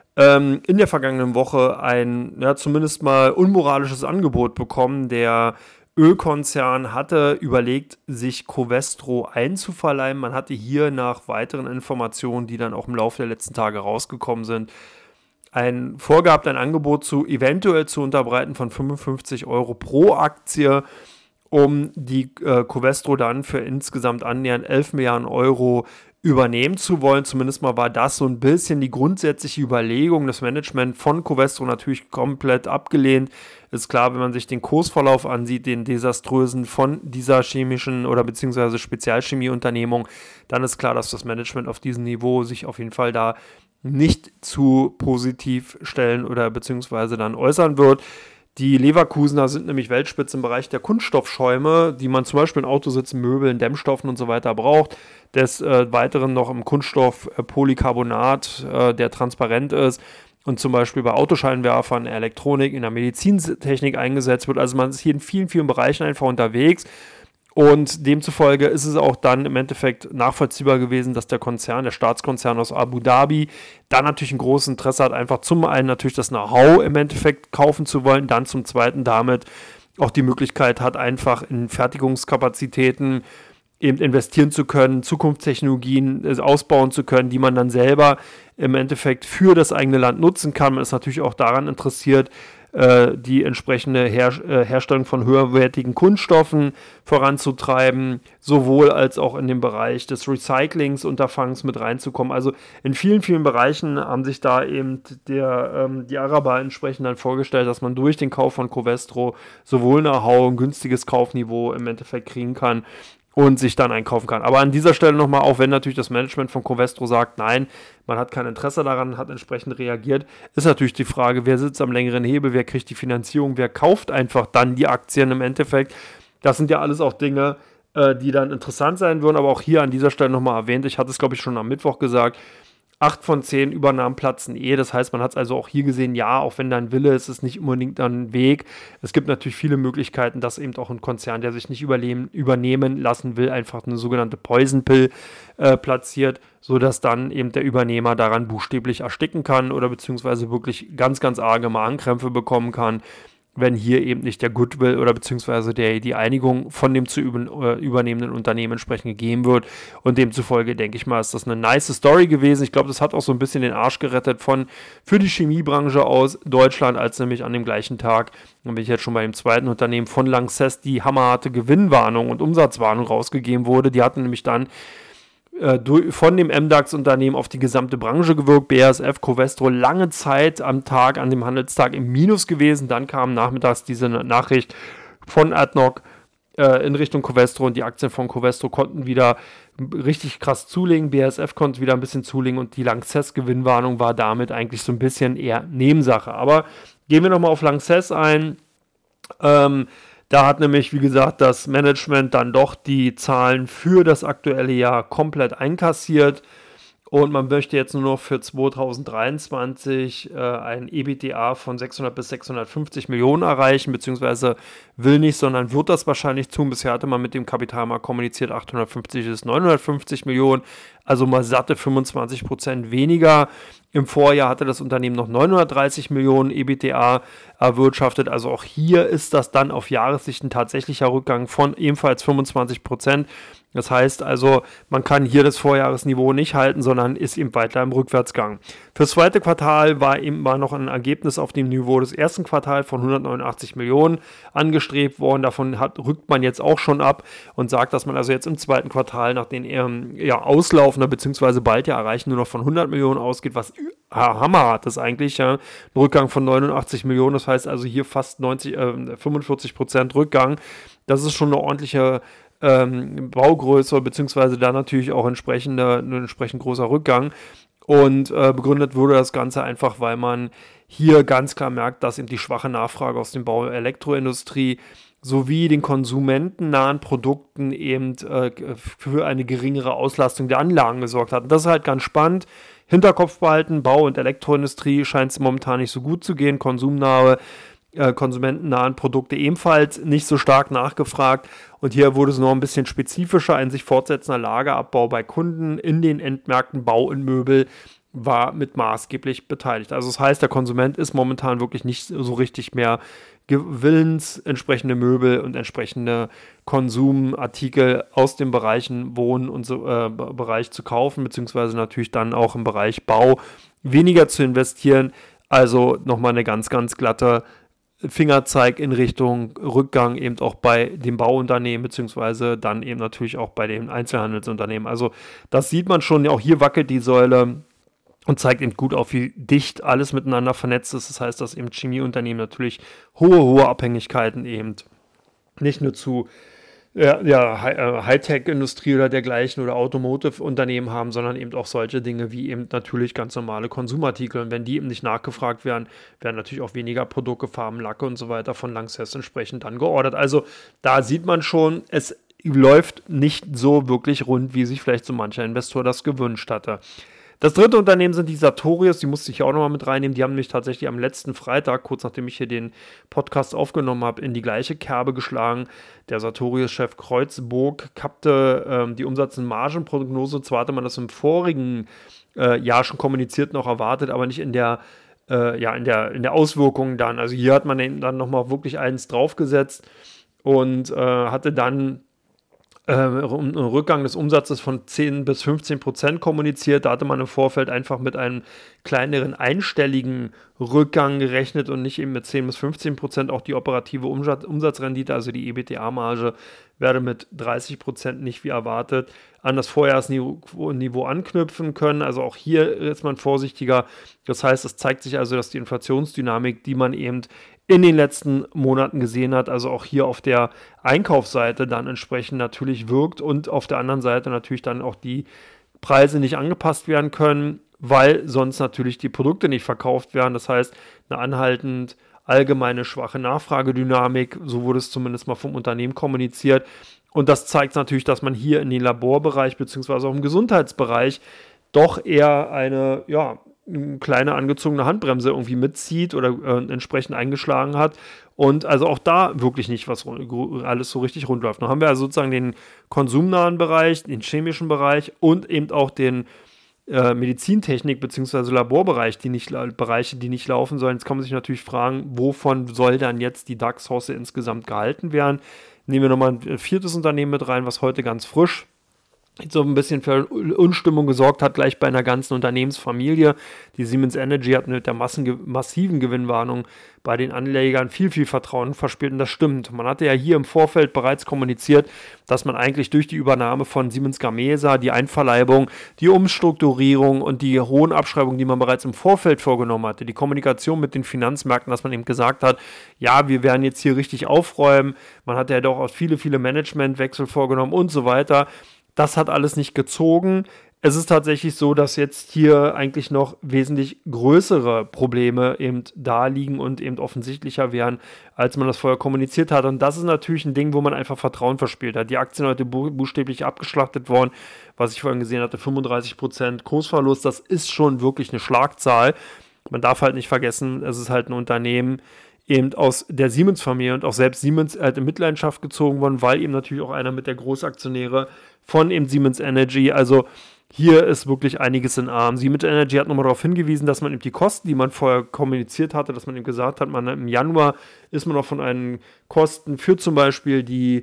in der vergangenen Woche ein zumindest mal unmoralisches Angebot bekommen. Der Ölkonzern hatte überlegt, sich Covestro einzuverleiben. Man hatte hier nach weiteren Informationen, die dann auch im Laufe der letzten Tage rausgekommen sind, ein Angebot eventuell zu unterbreiten von 55 € pro Aktie, um die Covestro dann für insgesamt annähernd 11 Milliarden Euro übernehmen zu wollen. Zumindest mal war das so ein bisschen die grundsätzliche Überlegung. Das Management von Covestro natürlich komplett abgelehnt. Ist klar, wenn man sich den Kursverlauf ansieht, den desaströsen von dieser chemischen oder beziehungsweise Spezialchemieunternehmung, dann ist klar, dass das Management auf diesem Niveau sich auf jeden Fall da nicht zu positiv stellen oder beziehungsweise dann äußern wird. Die Leverkusener sind nämlich Weltspitze im Bereich der Kunststoffschäume, die man zum Beispiel in Autositzen, Möbeln, Dämmstoffen und so weiter braucht. Des Weiteren noch im Kunststoff Polycarbonat, der transparent ist und zum Beispiel bei Autoscheinwerfern, Elektronik, in der Medizintechnik eingesetzt wird. Also man ist hier in vielen, vielen Bereichen einfach unterwegs. Und demzufolge ist es auch dann im Endeffekt nachvollziehbar gewesen, dass der Staatskonzern aus Abu Dhabi, da natürlich ein großes Interesse hat, einfach zum einen natürlich das Know-how im Endeffekt kaufen zu wollen, dann zum zweiten damit auch die Möglichkeit hat, einfach in Fertigungskapazitäten eben investieren zu können, Zukunftstechnologien ausbauen zu können, die man dann selber im Endeffekt für das eigene Land nutzen kann. Man ist natürlich auch daran interessiert, die entsprechende Herstellung von höherwertigen Kunststoffen voranzutreiben, sowohl als auch in den Bereich des Recyclingsunterfangs mit reinzukommen. Also in vielen, vielen Bereichen haben sich da eben die Araber entsprechend dann vorgestellt, dass man durch den Kauf von Covestro sowohl Know-how, ein günstiges Kaufniveau im Endeffekt kriegen kann und sich dann einkaufen kann. Aber an dieser Stelle nochmal, auch wenn natürlich das Management von Covestro sagt, nein, man hat kein Interesse daran, hat entsprechend reagiert, ist natürlich die Frage, wer sitzt am längeren Hebel, wer kriegt die Finanzierung, wer kauft einfach dann die Aktien im Endeffekt. Das sind ja alles auch Dinge, die dann interessant sein würden, aber auch hier an dieser Stelle nochmal erwähnt, ich hatte es glaube ich schon am Mittwoch gesagt, 8 von 10 Übernahmen platzen das heißt, man hat es also auch hier gesehen, ja, auch wenn da ein Wille ist, ist nicht unbedingt ein Weg. Es gibt natürlich viele Möglichkeiten, dass eben auch ein Konzern, der sich nicht übernehmen lassen will, einfach eine sogenannte Poison Pill platziert, sodass dann eben der Übernehmer daran buchstäblich ersticken kann oder beziehungsweise wirklich ganz, ganz arge Magenkrämpfe bekommen kann, wenn hier eben nicht der Goodwill oder beziehungsweise die Einigung von dem zu übernehmenden Unternehmen entsprechend gegeben wird. Und demzufolge, denke ich mal, ist das eine nice Story gewesen. Ich glaube, das hat auch so ein bisschen den Arsch gerettet für die Chemiebranche aus Deutschland, als nämlich an dem gleichen Tag, dann bin ich jetzt schon bei dem zweiten Unternehmen von Lanxess, die hammerharte Gewinnwarnung und Umsatzwarnung rausgegeben wurde. Die hatten nämlich dann von dem MDAX-Unternehmen auf die gesamte Branche gewirkt. BASF, Covestro lange Zeit an dem Handelstag im Minus gewesen. Dann kam nachmittags diese Nachricht von ADNOC in Richtung Covestro und die Aktien von Covestro konnten wieder richtig krass zulegen. BASF konnte wieder ein bisschen zulegen und die Lanxess-Gewinnwarnung war damit eigentlich so ein bisschen eher Nebensache. Aber gehen wir nochmal auf Lanxess ein. Da hat nämlich, wie gesagt, das Management dann doch die Zahlen für das aktuelle Jahr komplett einkassiert und man möchte jetzt nur noch für 2023 ein EBITDA von 600 bis 650 Millionen erreichen, beziehungsweise will nicht, sondern wird das wahrscheinlich tun. Bisher hatte man mit dem Kapitalmarkt kommuniziert, 850 bis 950 Millionen, also mal satte 25% weniger. Im Vorjahr hatte das Unternehmen noch 930 Millionen EBITDA erwirtschaftet. Also auch hier ist das dann auf Jahressicht ein tatsächlicher Rückgang von ebenfalls 25%. Das heißt also, man kann hier das Vorjahresniveau nicht halten, sondern ist eben weiter im Rückwärtsgang. Fürs zweite Quartal war noch ein Ergebnis auf dem Niveau des ersten Quartals von 189 Millionen angestrebt worden. Davon rückt man jetzt auch schon ab und sagt, dass man also jetzt im zweiten Quartal nach den auslaufender bzw. bald ja erreichen nur noch von 100 Millionen ausgeht, was hammerhart ist eigentlich. Ja. Ein Rückgang von 89 Millionen, das heißt also hier fast 45% Rückgang. Das ist schon eine ordentliche Baugröße, beziehungsweise da natürlich auch ein entsprechend großer Rückgang. Und begründet wurde das Ganze einfach, weil man hier ganz klar merkt, dass eben die schwache Nachfrage aus dem Bau- und Elektroindustrie sowie den konsumentennahen Produkten eben für eine geringere Auslastung der Anlagen gesorgt hat. Und das ist halt ganz spannend. Hinterkopf behalten, Bau- und Elektroindustrie scheint es momentan nicht so gut zu gehen. Konsumentennahen Produkte ebenfalls nicht so stark nachgefragt. Und hier wurde es noch ein bisschen spezifischer. Ein sich fortsetzender Lagerabbau bei Kunden in den Endmärkten Bau und Möbel war mit maßgeblich beteiligt. Also das heißt, der Konsument ist momentan wirklich nicht so richtig mehr willens, entsprechende Möbel und entsprechende Konsumartikel aus den Bereichen Wohnen und so Bereich zu kaufen, beziehungsweise natürlich dann auch im Bereich Bau weniger zu investieren. Also nochmal eine ganz, ganz glatte Fingerzeig in Richtung Rückgang eben auch bei den Bauunternehmen, beziehungsweise dann eben natürlich auch bei den Einzelhandelsunternehmen. Also das sieht man schon, auch hier wackelt die Säule und zeigt eben gut auf, wie dicht alles miteinander vernetzt ist. Das heißt, dass eben Chemieunternehmen natürlich hohe Abhängigkeiten eben nicht nur zu Hightech-Industrie oder dergleichen oder Automotive-Unternehmen haben, sondern eben auch solche Dinge wie eben natürlich ganz normale Konsumartikel. Und wenn die eben nicht nachgefragt werden, werden natürlich auch weniger Produkte, Farben, Lacke und so weiter von Lanxess entsprechend dann geordert. Also da sieht man schon, es läuft nicht so wirklich rund, wie sich vielleicht so mancher Investor das gewünscht hatte. Das dritte Unternehmen sind die Sartorius, die musste ich hier auch nochmal mit reinnehmen. Die haben mich tatsächlich am letzten Freitag, kurz nachdem ich hier den Podcast aufgenommen habe, in die gleiche Kerbe geschlagen. Der Sartorius-Chef Kreuzburg kappte die Umsatz- und Margenprognose. Zwar hatte man das im vorigen Jahr schon kommuniziert, noch erwartet, aber nicht in der Auswirkung dann. Also hier hat man dann nochmal wirklich eins draufgesetzt und hatte dann einen Rückgang des Umsatzes von 10-15% kommuniziert. Da hatte man im Vorfeld einfach mit einem kleineren einstelligen Rückgang gerechnet und nicht eben mit 10-15%. Auch die operative Umsatzrendite, also die EBITDA-Marge, werde mit 30% nicht wie erwartet an das Vorjahresniveau anknüpfen können. Also auch hier ist man vorsichtiger. Das heißt, es zeigt sich also, dass die Inflationsdynamik, die man eben in den letzten Monaten gesehen hat, also auch hier auf der Einkaufsseite dann entsprechend natürlich wirkt und auf der anderen Seite natürlich dann auch die Preise nicht angepasst werden können, weil sonst natürlich die Produkte nicht verkauft werden. Das heißt, eine anhaltend allgemeine schwache Nachfragedynamik, so wurde es zumindest mal vom Unternehmen kommuniziert. Und das zeigt natürlich, dass man hier in den Laborbereich beziehungsweise auch im Gesundheitsbereich doch eher eine kleine angezogene Handbremse irgendwie mitzieht oder entsprechend eingeschlagen hat und also auch da wirklich nicht was alles so richtig rund läuft. Dann haben wir also sozusagen den konsumnahen Bereich, den chemischen Bereich und eben auch den Medizintechnik bzw. Laborbereich, Bereiche, die nicht laufen sollen. Jetzt kann man sich natürlich fragen, wovon soll dann jetzt die DAX-Hosse insgesamt gehalten werden? Nehmen wir nochmal ein viertes Unternehmen mit rein, was heute ganz frisch so ein bisschen für Unstimmung gesorgt hat, gleich bei einer ganzen Unternehmensfamilie. Die Siemens Energy hat mit der massiven Gewinnwarnung bei den Anlegern viel Vertrauen verspielt und das stimmt. Man hatte ja hier im Vorfeld bereits kommuniziert, dass man eigentlich durch die Übernahme von Siemens Gamesa, die Einverleibung, die Umstrukturierung und die hohen Abschreibungen, die man bereits im Vorfeld vorgenommen hatte, die Kommunikation mit den Finanzmärkten, dass man eben gesagt hat, ja, wir werden jetzt hier richtig aufräumen. Man hatte ja doch auch viele Managementwechsel vorgenommen und so weiter. Das hat alles nicht gezogen. Es ist tatsächlich so, dass jetzt hier eigentlich noch wesentlich größere Probleme eben da liegen und eben offensichtlicher wären, als man das vorher kommuniziert hat. Und das ist natürlich ein Ding, wo man einfach Vertrauen verspielt hat. Die Aktien heute buchstäblich abgeschlachtet worden, was ich vorhin gesehen hatte, 35% Kursverlust. Das ist schon wirklich eine Schlagzahl. Man darf halt nicht vergessen, es ist halt ein Unternehmen, eben aus der Siemens-Familie und auch selbst Siemens halt in Mitleidenschaft gezogen worden, weil eben natürlich auch einer mit der Großaktionäre von eben Siemens Energy, also hier ist wirklich einiges in Arm. Siemens Energy hat nochmal darauf hingewiesen, dass man eben die Kosten, die man vorher kommuniziert hatte, dass man eben gesagt hat, im Januar ist man noch von einen Kosten für zum Beispiel die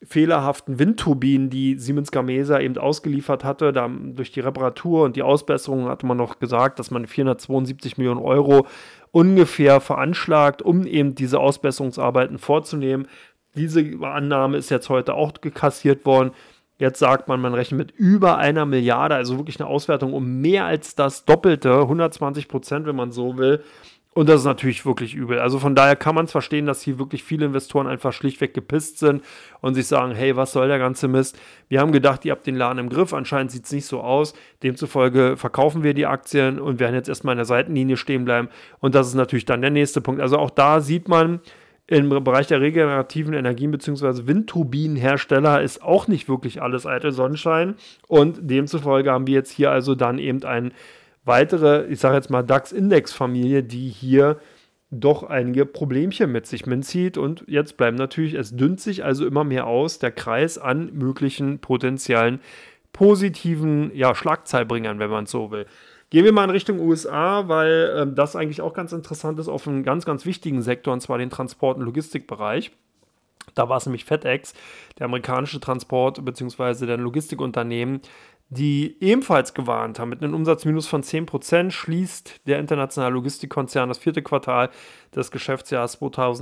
fehlerhaften Windturbinen, die Siemens Gamesa eben ausgeliefert hatte. Durch die Reparatur und die Ausbesserung hatte man noch gesagt, dass man 472 Millionen Euro ungefähr veranschlagt, um eben diese Ausbesserungsarbeiten vorzunehmen. Diese Annahme ist jetzt heute auch gekassiert worden. Jetzt sagt man, man rechnet mit über 1 Milliarde, also wirklich eine Auswertung um mehr als das Doppelte, 120%, wenn man so will. Und das ist natürlich wirklich übel. Also von daher kann man es verstehen, dass hier wirklich viele Investoren einfach schlichtweg gepisst sind und sich sagen, hey, was soll der ganze Mist? Wir haben gedacht, ihr habt den Laden im Griff. Anscheinend sieht es nicht so aus. Demzufolge verkaufen wir die Aktien und werden jetzt erstmal in der Seitenlinie stehen bleiben. Und das ist natürlich dann der nächste Punkt. Also auch da sieht man, im Bereich der regenerativen Energien bzw. Windturbinenhersteller ist auch nicht wirklich alles eitel Sonnenschein. Und demzufolge haben wir jetzt hier also dann eben ein weitere, ich sage jetzt mal DAX-Index-Familie, die hier doch einige Problemchen mit sich mitzieht. Und jetzt bleiben natürlich, es dünnt sich also immer mehr aus, der Kreis an möglichen potenziellen positiven Schlagzeilbringern, wenn man es so will. Gehen wir mal in Richtung USA, weil das eigentlich auch ganz interessant ist auf einen ganz, ganz wichtigen Sektor, und zwar den Transport- und Logistikbereich. Da war es nämlich FedEx, der amerikanische Transport- bzw. der Logistikunternehmen, die ebenfalls gewarnt haben. Mit einem Umsatzminus von 10% schließt der internationale Logistikkonzern das 4. Quartal des Geschäftsjahres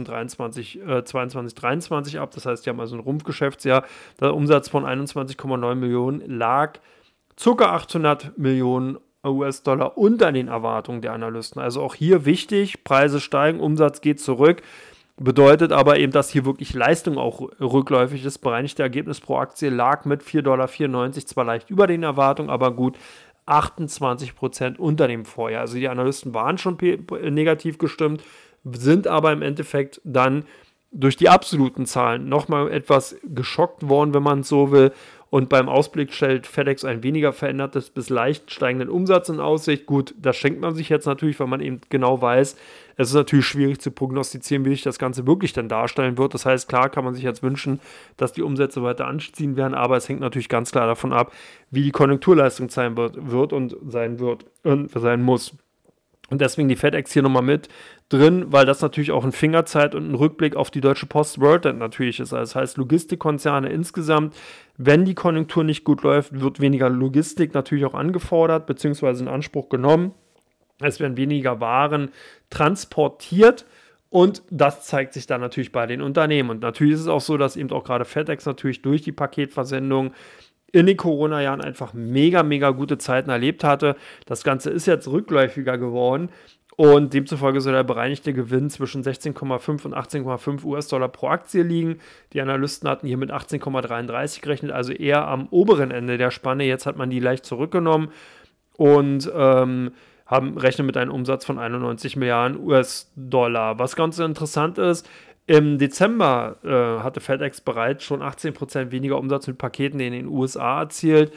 2022-23 ab. Das heißt, die haben also ein Rumpfgeschäftsjahr. Der Umsatz von 21,9 Millionen lag ca. 800 Millionen US-Dollar unter den Erwartungen der Analysten. Also auch hier wichtig, Preise steigen, Umsatz geht zurück. Bedeutet aber eben, dass hier wirklich Leistung auch rückläufig ist. Bereinigte Ergebnis pro Aktie lag mit 4,94 $ zwar leicht über den Erwartungen, aber gut 28% unter dem Vorjahr. Also die Analysten waren schon negativ gestimmt, sind aber im Endeffekt dann durch die absoluten Zahlen nochmal etwas geschockt worden, wenn man es so will. Und beim Ausblick stellt FedEx ein weniger verändertes bis leicht steigenden Umsatz in Aussicht. Gut, das schenkt man sich jetzt natürlich, weil man eben genau weiß, es ist natürlich schwierig zu prognostizieren, wie sich das Ganze wirklich dann darstellen wird. Das heißt, klar kann man sich jetzt wünschen, dass die Umsätze weiter anziehen werden, aber es hängt natürlich ganz klar davon ab, wie die Konjunkturleistung sein muss. Und deswegen die FedEx hier nochmal mit drin, weil das natürlich auch ein Fingerzeig und ein Rückblick auf die Deutsche Post Worldnet natürlich ist. Also das heißt, Logistikkonzerne insgesamt, wenn die Konjunktur nicht gut läuft, wird weniger Logistik natürlich auch angefordert bzw. in Anspruch genommen. Es werden weniger Waren transportiert und das zeigt sich dann natürlich bei den Unternehmen. Und natürlich ist es auch so, dass eben auch gerade FedEx natürlich durch die Paketversendung in den Corona-Jahren einfach mega, mega gute Zeiten erlebt hatte. Das Ganze ist jetzt rückläufiger geworden und demzufolge soll der bereinigte Gewinn zwischen 16,5 und 18,5 US-Dollar pro Aktie liegen. Die Analysten hatten hier mit 18,33 gerechnet, also eher am oberen Ende der Spanne. Jetzt hat man die leicht zurückgenommen und rechnen mit einem Umsatz von 91 Milliarden US-Dollar. Was ganz interessant ist, im Dezember hatte FedEx bereits schon 18% weniger Umsatz mit Paketen in den USA erzielt,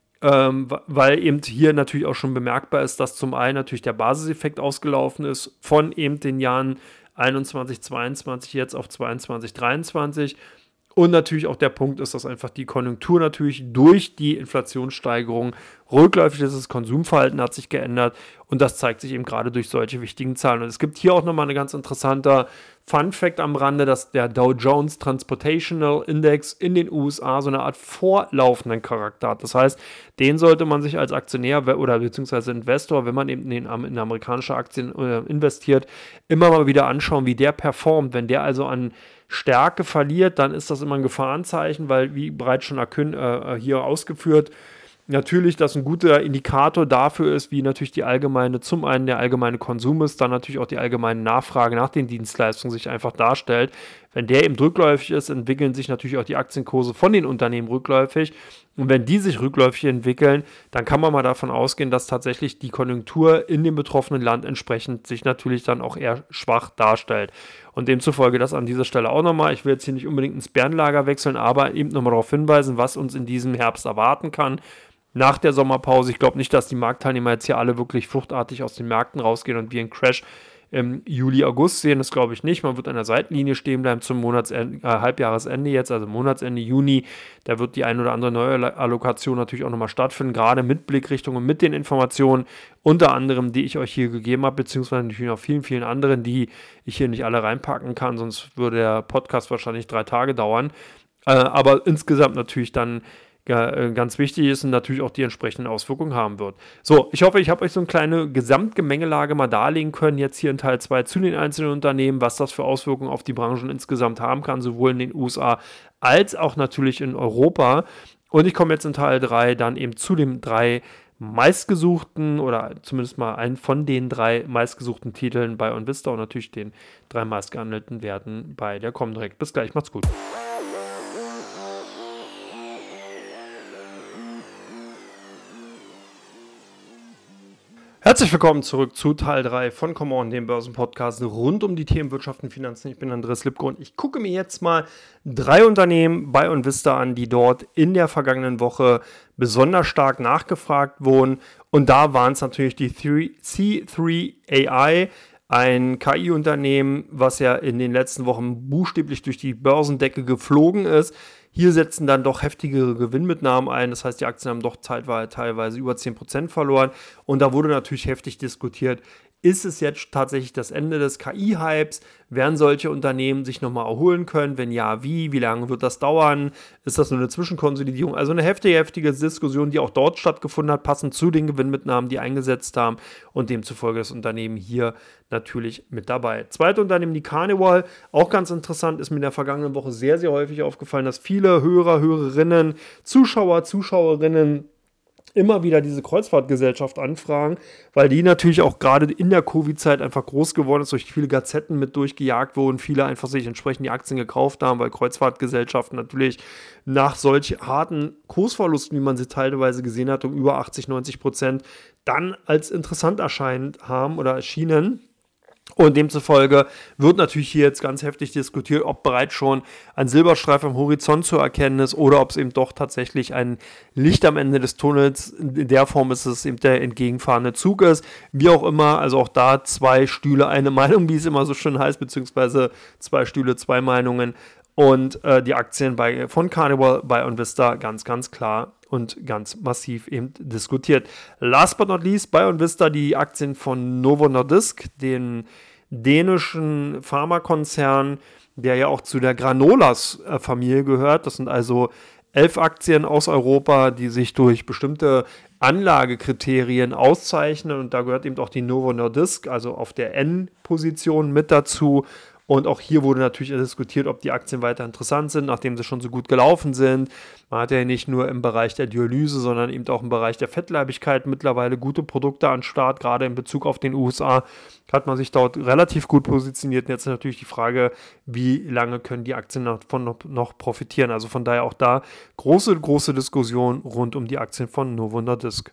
weil eben hier natürlich auch schon bemerkbar ist, dass zum einen natürlich der Basiseffekt ausgelaufen ist von eben den Jahren 21, 22 jetzt auf 22, 23. Und natürlich auch der Punkt ist, dass einfach die Konjunktur natürlich durch die Inflationssteigerung rückläufig ist. Das Konsumverhalten hat sich geändert und das zeigt sich eben gerade durch solche wichtigen Zahlen. Und es gibt hier auch nochmal ein ganz interessanter Fun-Fact am Rande, dass der Dow Jones Transportational Index in den USA so eine Art vorlaufenden Charakter hat. Das heißt, den sollte man sich als Aktionär oder beziehungsweise Investor, wenn man eben in amerikanische Aktien investiert, immer mal wieder anschauen, wie der performt. Wenn der also an Stärke verliert, dann ist das immer ein Gefahrenzeichen, weil, wie bereits schon hier ausgeführt, natürlich das ein guter Indikator dafür ist, wie natürlich zum einen der allgemeine Konsum ist, dann natürlich auch die allgemeine Nachfrage nach den Dienstleistungen sich einfach darstellt. Wenn der eben rückläufig ist, entwickeln sich natürlich auch die Aktienkurse von den Unternehmen rückläufig. Und wenn die sich rückläufig entwickeln, dann kann man mal davon ausgehen, dass tatsächlich die Konjunktur in dem betroffenen Land entsprechend sich natürlich dann auch eher schwach darstellt. Und demzufolge das an dieser Stelle auch nochmal. Ich will jetzt hier nicht unbedingt ins Bärenlager wechseln, aber eben nochmal darauf hinweisen, was uns in diesem Herbst erwarten kann. Nach der Sommerpause, ich glaube nicht, dass die Marktteilnehmer jetzt hier alle wirklich fluchtartig aus den Märkten rausgehen und wir einen Crash im Juli, August sehen, das glaube ich nicht. Man wird an der Seitenlinie stehen bleiben zum Halbjahresende jetzt, also Monatsende Juni. Da wird die ein oder andere neue Allokation natürlich auch nochmal stattfinden, gerade mit Blickrichtung und mit den Informationen, unter anderem, die ich euch hier gegeben habe, beziehungsweise natürlich noch vielen, vielen anderen, die ich hier nicht alle reinpacken kann, sonst würde der Podcast wahrscheinlich 3 Tage dauern. aber insgesamt natürlich dann ganz wichtig ist und natürlich auch die entsprechenden Auswirkungen haben wird. So, ich hoffe, ich habe euch so eine kleine Gesamtgemengelage mal darlegen können, jetzt hier in Teil 2 zu den einzelnen Unternehmen, was das für Auswirkungen auf die Branchen insgesamt haben kann, sowohl in den USA als auch natürlich in Europa. Und ich komme jetzt in Teil 3 dann eben zu den 3 meistgesuchten oder zumindest mal einen von den 3 meistgesuchten Titeln bei OnVista und natürlich den 3 meistgehandelten Werten bei der Comdirect. Bis gleich, macht's gut. Herzlich willkommen zurück zu Teil 3 von Come On, dem Börsenpodcast rund um die Themen Wirtschaft und Finanzen. Ich bin Andreas Lipko und ich gucke mir jetzt mal 3 Unternehmen bei OnVista an, die dort in der vergangenen Woche besonders stark nachgefragt wurden. Und da waren es natürlich die C3 AI, ein KI-Unternehmen, was ja in den letzten Wochen buchstäblich durch die Börsendecke geflogen ist. Hier setzen dann doch heftigere Gewinnmitnahmen ein. Das heißt, die Aktien haben doch teilweise über 10% verloren. Und da wurde natürlich heftig diskutiert, ist es jetzt tatsächlich das Ende des KI-Hypes? Werden solche Unternehmen sich nochmal erholen können? Wenn ja, wie? Wie lange wird das dauern? Ist das nur eine Zwischenkonsolidierung? Also eine heftige Diskussion, die auch dort stattgefunden hat, passend zu den Gewinnmitnahmen, die eingesetzt haben und demzufolge das Unternehmen hier natürlich mit dabei. Zweite Unternehmen, die Carnival, auch ganz interessant, ist mir in der vergangenen Woche sehr, sehr häufig aufgefallen, dass viele Hörer, Hörerinnen, Zuschauer, Zuschauerinnen immer wieder diese Kreuzfahrtgesellschaft anfragen, weil die natürlich auch gerade in der Covid-Zeit einfach groß geworden ist, durch viele Gazetten mit durchgejagt wurden, viele einfach sich entsprechend die Aktien gekauft haben, weil Kreuzfahrtgesellschaften natürlich nach solch harten Kursverlusten, wie man sie teilweise gesehen hat, um über 80-90%, dann als interessant erschienen. Und demzufolge wird natürlich hier jetzt ganz heftig diskutiert, ob bereits schon ein Silberstreifen am Horizont zu erkennen ist oder ob es eben doch tatsächlich ein Licht am Ende des Tunnels, in der Form ist es eben der entgegenfahrende Zug ist. Wie auch immer, also auch da 2 Stühle, eine Meinung, wie es immer so schön heißt, beziehungsweise 2 Stühle, 2 Meinungen. Und die Aktien von Carnival bei OnVista ganz, ganz klar und ganz massiv eben diskutiert. Last but not least bei OnVista die Aktien von Novo Nordisk, den dänischen Pharmakonzern, der ja auch zu der Granolas-Familie gehört. Das sind also 11 Aktien aus Europa, die sich durch bestimmte Anlagekriterien auszeichnen. Und da gehört eben auch die Novo Nordisk, also auf der N-Position mit dazu. Und auch hier wurde natürlich diskutiert, ob die Aktien weiter interessant sind, nachdem sie schon so gut gelaufen sind. Man hat ja nicht nur im Bereich der Dialyse, sondern eben auch im Bereich der Fettleibigkeit mittlerweile gute Produkte an Start. Gerade in Bezug auf den USA hat man sich dort relativ gut positioniert. Und jetzt ist natürlich die Frage, wie lange können die Aktien davon noch profitieren. Also von daher auch da große Diskussion rund um die Aktien von Novo Nordisk.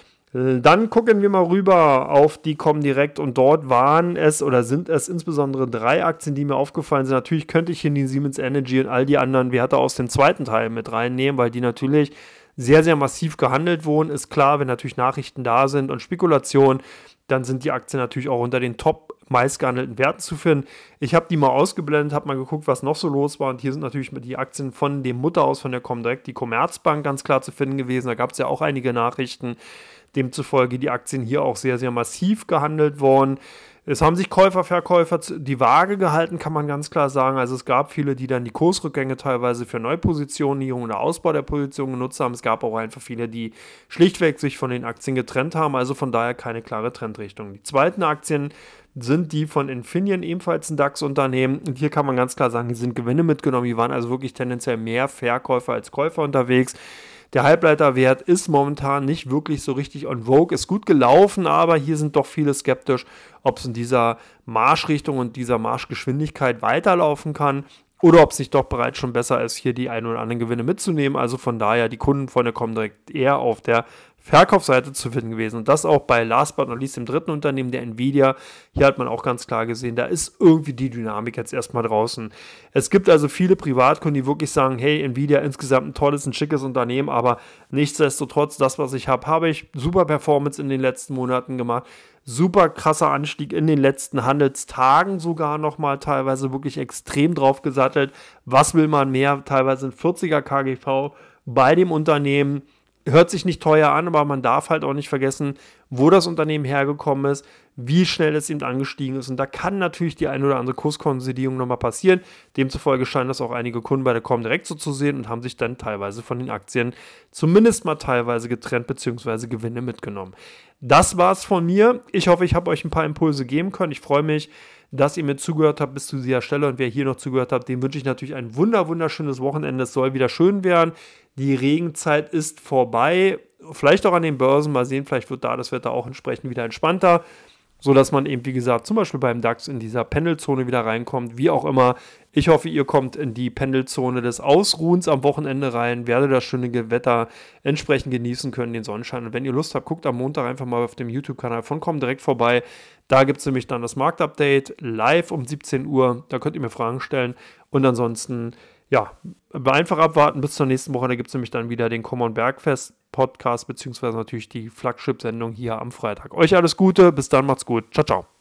Dann gucken wir mal rüber auf die Comdirect und dort waren es oder sind es insbesondere 3 Aktien, die mir aufgefallen sind. Natürlich könnte ich hier die Siemens Energy und all die anderen Werte aus dem zweiten Teil mit reinnehmen, weil die natürlich sehr, sehr massiv gehandelt wurden. Ist klar, wenn natürlich Nachrichten da sind und Spekulationen, dann sind die Aktien natürlich auch unter den top meistgehandelten Werten zu finden. Ich habe die mal ausgeblendet, habe mal geguckt, was noch so los war und hier sind natürlich die Aktien von dem Mutterhaus von der Comdirect, die Commerzbank, ganz klar zu finden gewesen. Da gab es ja auch einige Nachrichten. Demzufolge die Aktien hier auch sehr, sehr massiv gehandelt worden. Es haben sich Käufer, Verkäufer die Waage gehalten, kann man ganz klar sagen. Also es gab viele, die dann die Kursrückgänge teilweise für Neupositionierung oder Ausbau der Position genutzt haben. Es gab auch einfach viele, die schlichtweg sich von den Aktien getrennt haben. Also von daher keine klare Trendrichtung. Die zweiten Aktien sind die von Infineon, ebenfalls ein DAX-Unternehmen. Und hier kann man ganz klar sagen, die sind Gewinne mitgenommen. Die waren also wirklich tendenziell mehr Verkäufer als Käufer unterwegs. Der Halbleiterwert ist momentan nicht wirklich so richtig on vogue, ist gut gelaufen, aber hier sind doch viele skeptisch, ob es in dieser Marschrichtung und dieser Marschgeschwindigkeit weiterlaufen kann oder ob es nicht doch bereits schon besser ist, hier die ein oder anderen Gewinne mitzunehmen. Also von daher die Kunden von der Comdirect eher auf der Verkaufsseite zu finden gewesen. Und das auch bei last but not least dem dritten Unternehmen, der Nvidia. Hier hat man auch ganz klar gesehen, da ist irgendwie die Dynamik jetzt erstmal draußen. Es gibt also viele Privatkunden, die wirklich sagen, hey, Nvidia insgesamt ein tolles, ein schickes Unternehmen, aber nichtsdestotrotz, das, was ich habe ich. Super Performance in den letzten Monaten gemacht. Super krasser Anstieg in den letzten Handelstagen sogar nochmal, teilweise wirklich extrem drauf gesattelt. Was will man mehr? Teilweise ein 40er KGV bei dem Unternehmen. Hört sich nicht teuer an, aber man darf halt auch nicht vergessen, wo das Unternehmen hergekommen ist, wie schnell es eben angestiegen ist. Und da kann natürlich die eine oder andere Kurskonsolidierung nochmal passieren. Demzufolge scheinen das auch einige Kunden bei der Comdirect so zu sehen und haben sich dann teilweise von den Aktien zumindest mal teilweise getrennt bzw. Gewinne mitgenommen. Das war's von mir. Ich hoffe, ich habe euch ein paar Impulse geben können. Ich freue mich, dass ihr mir zugehört habt bis zu dieser Stelle. Und wer hier noch zugehört hat, dem wünsche ich natürlich ein wunderschönes Wochenende. Es soll wieder schön werden. Die Regenzeit ist vorbei. Vielleicht auch an den Börsen. Mal sehen, vielleicht wird da das Wetter auch entsprechend wieder entspannter, sodass man eben, wie gesagt, zum Beispiel beim DAX in dieser Pendelzone wieder reinkommt, wie auch immer. Ich hoffe, ihr kommt in die Pendelzone des Ausruhens am Wochenende rein, werdet das schöne Wetter entsprechend genießen können, den Sonnenschein. Und wenn ihr Lust habt, guckt am Montag einfach mal auf dem YouTube-Kanal von Comdirect vorbei. Da gibt es nämlich dann das Marktupdate live um 17 Uhr. Da könnt ihr mir Fragen stellen. Und ansonsten, ja, einfach abwarten bis zur nächsten Woche. Da gibt es nämlich dann wieder den Common Bergfest Podcast, beziehungsweise natürlich die Flagship-Sendung hier am Freitag. Euch alles Gute, bis dann, macht's gut. Ciao, ciao.